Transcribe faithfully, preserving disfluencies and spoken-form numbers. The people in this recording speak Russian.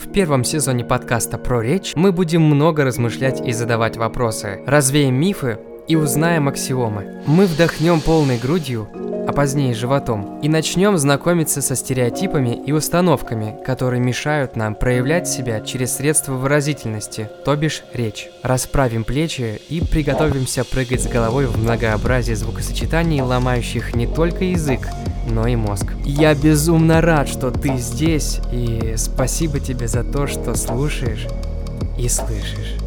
В первом сезоне подкаста про речь мы будем много размышлять и задавать вопросы, развеем мифы и узнаем аксиомы. Мы вдохнем полной грудью, а позднее животом, и начнем знакомиться со стереотипами и установками, которые мешают нам проявлять себя через средства выразительности, то бишь речь. Расправим плечи и приготовимся прыгать с головой в многообразие звукосочетаний, ломающих не только язык, но и мозг. Я безумно рад, что ты здесь, и спасибо тебе за то, что слушаешь и слышишь.